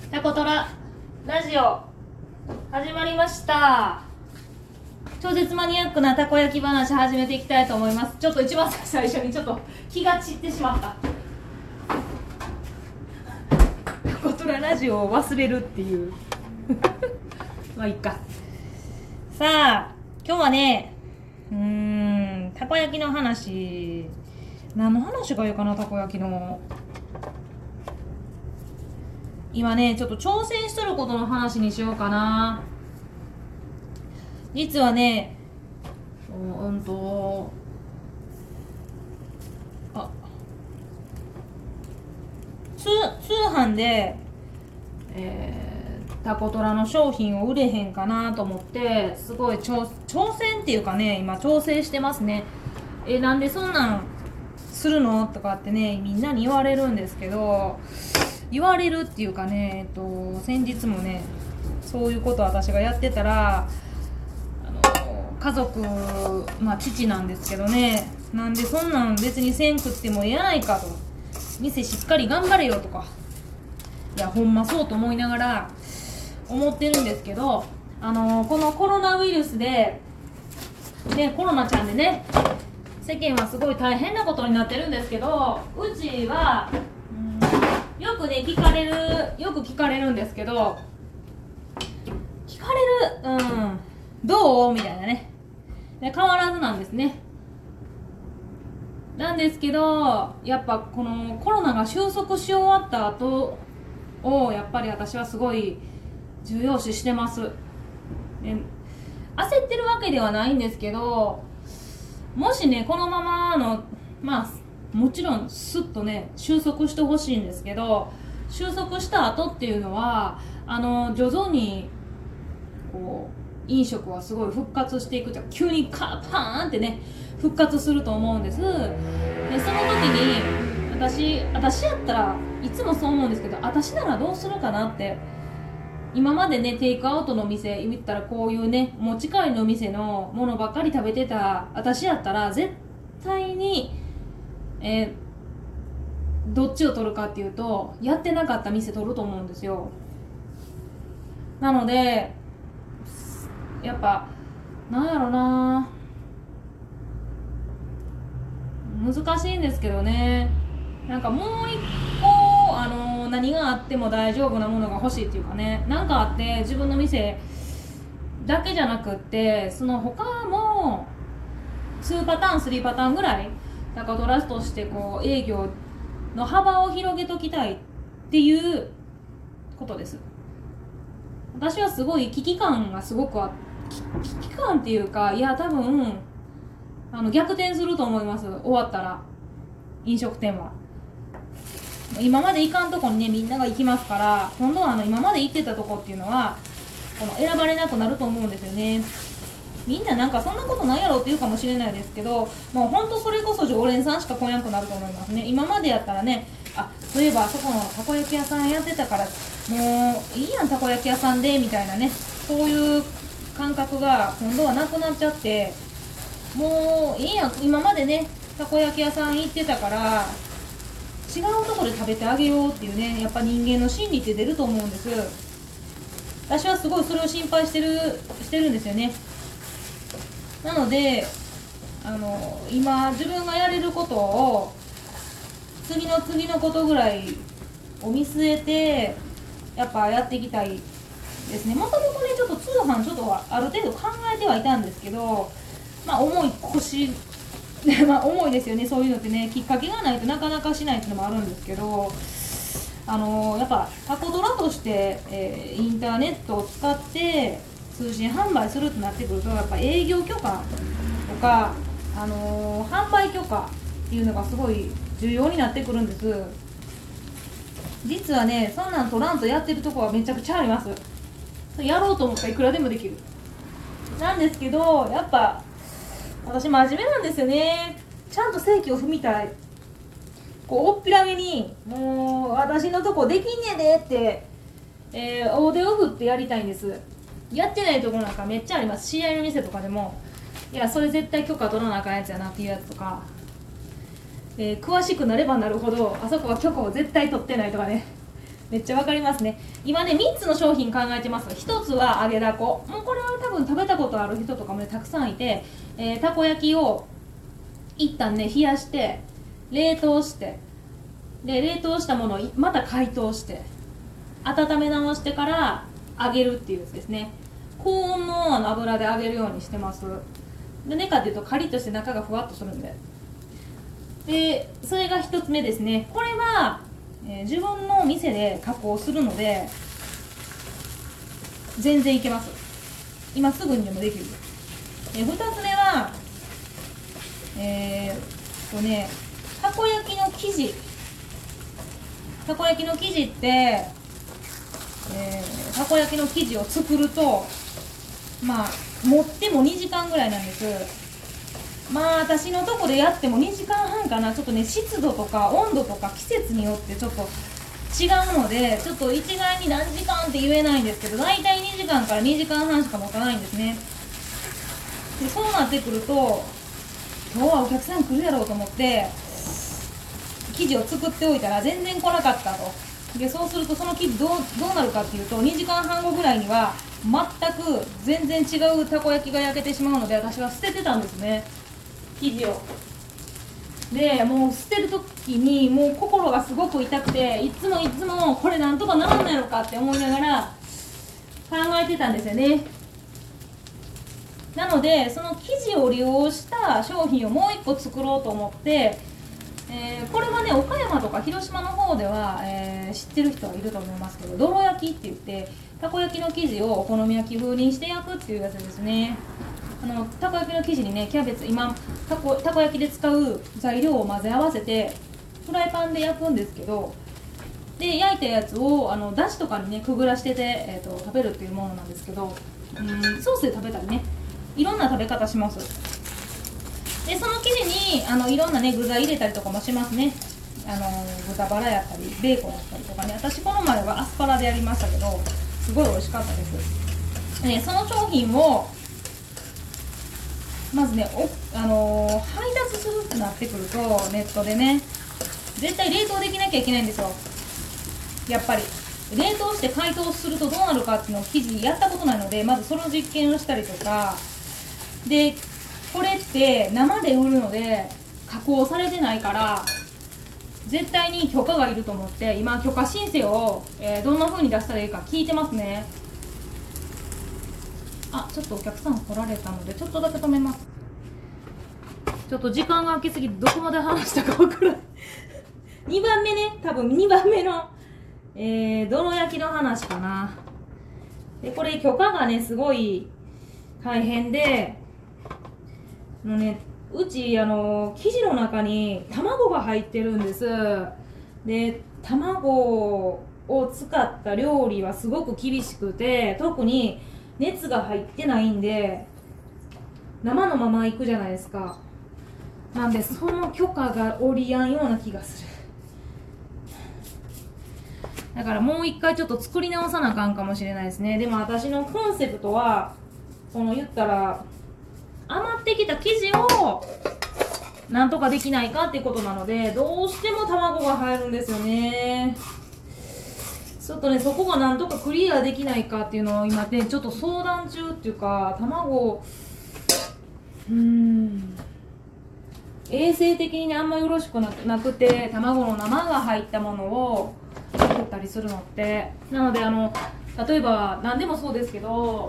タコトララジオ始まりました。超絶マニアックなたこ焼き話始めていきたいと思います。ちょっと一番最初にちょっと気が散ってしまった。タコトララジオを忘れるっていうまあいいか。さあ今日はねたこ焼きの話、何の話がいいかな。たこ焼きの今ねちょっと挑戦しとることの話にしようかな。実はね通販で、タコトラの商品を売れへんかなと思ってすごい挑戦っていうかね、今調整してますね。なんでそんなんするのとかってねみんなに言われるんですけど、言われるっていうかね、先日もねそういうこと私がやってたら家族、父なんですけどね、なんでそんなん別にせんくってもええやないかと、店しっかり頑張れよとか、いやほんまそうと思いながら思ってるんですけど、このコロナウイルスで、ね、コロナちゃんでね世間はすごい大変なことになってるんですけど、うちはよく聞かれるんですけど、どうみたいなね、変わらずなんですね。なんですけどやっぱこのコロナが収束し終わった後をやっぱり私はすごい重要視してます、ね、焦ってるわけではないんですけど、もしねこのままのもちろんスッとね収束してほしいんですけど、収束した後っていうのは徐々にこう飲食はすごい復活していくと、急にパーンってね復活すると思うんです。でその時に私やったらいつもそう思うんですけど、私ならどうするかなって。今までねテイクアウトの店言ったらこういうね持ち帰りの店のものばっかり食べてた私やったら絶対にどっちを取るかっていうとやってなかった店取ると思うんですよ。なのでやっぱなんやろな、難しいんですけどね、なんかもう一個何があっても大丈夫なものが欲しいっていうかね、なんかあって自分の店だけじゃなくってその他も2パターン3パターンぐらいタコトラスとしてこう営業の幅を広げときたいっていうことです。私はすごい危機感がすごく危機感っていうか、いや多分逆転すると思います。終わったら飲食店は今まで行かんとこにねみんなが行きますから、今度は今まで行ってたとこっていうのはこの選ばれなくなると思うんですよね。みんななんかそんなことないやろって言うかもしれないですけど、もうほんとそれこそ常連さんしか来なくなると思いますね。今までやったらね、そういえばあそこのたこ焼き屋さんやってたからもういいやんたこ焼き屋さんでみたいなね、そういう感覚が今度はなくなっちゃって、もういいやん今までねたこ焼き屋さん行ってたから違うところで食べてあげようっていうね、やっぱ人間の心理って出ると思うんです。私はすごいそれを心配してるんですよね。なので今自分がやれることを次のことぐらいを見据えてやっぱやっていきたいですね。もともとねちょっと通販ちょっとある程度考えてはいたんですけど、重い腰重いですよね、そういうのってね。きっかけがないとなかなかしないっていうのもあるんですけど、やっぱタコドラとして、インターネットを使って通信販売するとなってくると、やっぱ営業許可とか、販売許可っていうのがすごい重要になってくるんです。実はねそんなん取らんとやってるとこはめちゃくちゃあります。やろうと思ったらいくらでもできる。なんですけどやっぱ私真面目なんですよね。ちゃんと正規を踏みたい。こうおっぴらげにもう私のとこできんねでって、大手を振ってやりたいんです。やってないところなんかめっちゃあります。知り合いの店とかでも、いやそれ絶対許可取らなあかんやつやなっていうやつとか、詳しくなればなるほどあそこは許可を絶対取ってないとかね、 めっちゃわかりますね。今ね3つの商品考えてます。1つは揚げだこ、もうこれは多分食べたことある人とかもねたくさんいて、たこ焼きを一旦ね冷やして冷凍して、で冷凍したものをまた解凍して温め直してから揚げるっていうやつですね。高温の油で揚げるようにしてます。でねかっていうとカリッとして中がふわっとするんで。でそれが1つ目ですね。これは、自分の店で加工するので全然いけます。今すぐにでもできる。2つ目はたこ焼きの生地。たこ焼きの生地って、たこ焼きの生地を作るとまあ持っても2時間ぐらいなんです。まあ私のとこでやっても2時間半かな。ちょっとね湿度とか温度とか季節によってちょっと違うので、ちょっと一概に何時間って言えないんですけど、大体2時間から2時間半しか持たないんですね。でそうなってくると今日はお客さん来るやろうと思って生地を作っておいたら全然来なかったと。でそうするとその生地どうなるかっていうと、2時間半後ぐらいには全く全然違うたこ焼きが焼けてしまうので、私は捨ててたんですね、生地を。でもう捨てる時にもう心がすごく痛くて、いつもこれなんとかならんのやろかって思いながら考えてたんですよね。なのでその生地を利用した商品をもう1個作ろうと思って、これはね岡山とか広島の方では、知ってる人はいると思いますけど、泥焼きって言ってたこ焼きの生地をお好み焼き風にして焼くっていうやつですね。たこ焼きの生地にねキャベツ、今たこ焼きで使う材料を混ぜ合わせてフライパンで焼くんですけど、で焼いたやつをだしとかにねくぐらしてて、食べるっていうものなんですけど、ソースで食べたりね、いろんな食べ方します。でその生地にいろんなね具材入れたりとかもしますね。豚バラやったりベーコンやったりとかね。私この前はアスパラでやりましたけどすごい美味しかったです。でね、その商品をまずね配達するってなってくると、ネットでね絶対冷凍できなきゃいけないんですよ。やっぱり冷凍して解凍するとどうなるかっていうのを生地やったことないので、まずその実験をしたりとかで、これって生で売るので加工されてないから絶対に許可がいると思って、今許可申請を、どんな風に出したらいいか聞いてますね。ちょっとお客さん来られたのでちょっとだけ止めます。ちょっと時間が空きすぎてどこまで話したか分からない2番目ね、多分2番目の、泥焼きの話かな。でこれ許可がねすごい大変で、うち生地の中に卵が入ってるんです。で卵を使った料理はすごく厳しくて、特に熱が入ってないんで生のままいくじゃないですか。なんでその許可が下りやんような気がする。だからもう一回ちょっと作り直さなあかんかもしれないですね。でも私のコンセプトは言ったら余ってきた生地をなんとかできないかっていうことなので、どうしても卵が入るんですよね。ちょっとねそこがなんとかクリアできないかっていうのを今ねちょっと相談中っていうか、卵衛生的にねあんまよろしくなくて、卵の生が入ったものを作ったりするのって、なので例えば何でもそうですけど、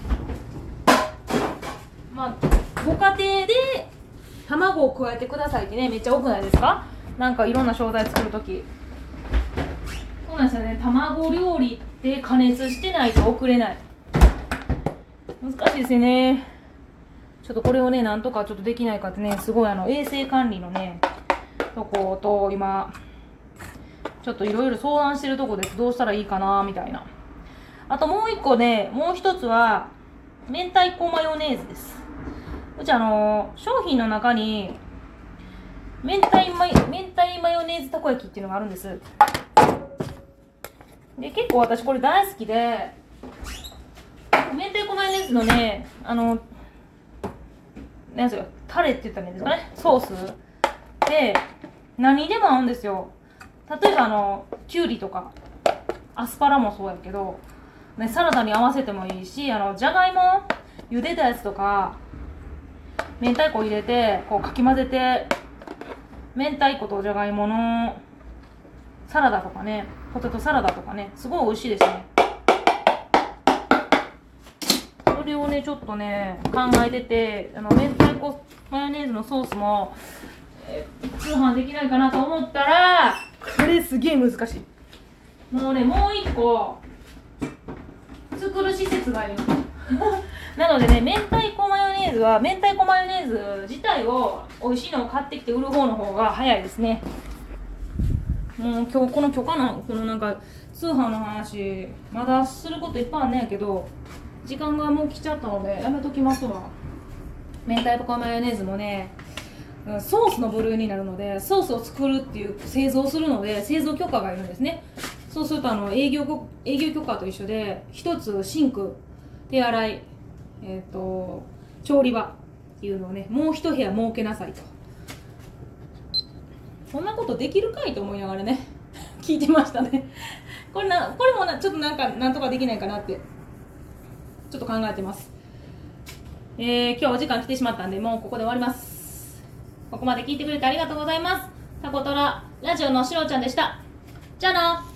ご家庭で卵を加えてくださいってねめっちゃ多くないですか。なんかいろんな商材作るときそうなんですよね。卵料理って加熱してないと送れない。難しいですよね。ちょっとこれをねなんとかちょっとできないかってね、すごい衛生管理のねとこと今ちょっといろいろ相談してるとこです。どうしたらいいかなみたいな。あともう一個ね、もう一つは明太子マヨネーズです。うち商品の中に明太マヨネーズたこ焼きっていうのがあるんです。で結構私これ大好きで、明太子マヨネーズのねなんですよ、タレって言ったらいいんですかね、ソースで何にでも合うんですよ。例えばきゅうりとかアスパラもそうやけど、ね、サラダに合わせてもいいし、じゃがいも茹でたやつとか明太子入れてこうかき混ぜて、明太子とじゃがいものサラダとかね、ポテトサラダとかね、すごい美味しいですね。それをねちょっとね考えてて、明太子マヨネーズのソースも、通販できないかなと思ったら、これすげえ難しい。もうね、もう一個作る施設がありますなのでね、明太子マヨネーズは明太子マヨネーズ自体を美味しいのを買ってきて売る方の方が早いですね。もう今日この許可のこのなんか通販の話まだすることいっぱいあんねんけど、時間がもう来ちゃったのでやめときますわ。明太子マヨネーズもね、ソースの部類になるので、ソースを作るっていう製造するので製造許可がいるんですね。そうすると営業許可と一緒で、一つシンク、手洗い、調理場っていうのをね、もう一部屋設けなさいと。そんなことできるかいと思いながらね聞いてましたねこれもちょっとなんとかできないかなってちょっと考えてます。今日お時間来てしまったんで、もうここで終わります。ここまで聞いてくれてありがとうございます。タコトララジオのしろちゃんでした。じゃあな。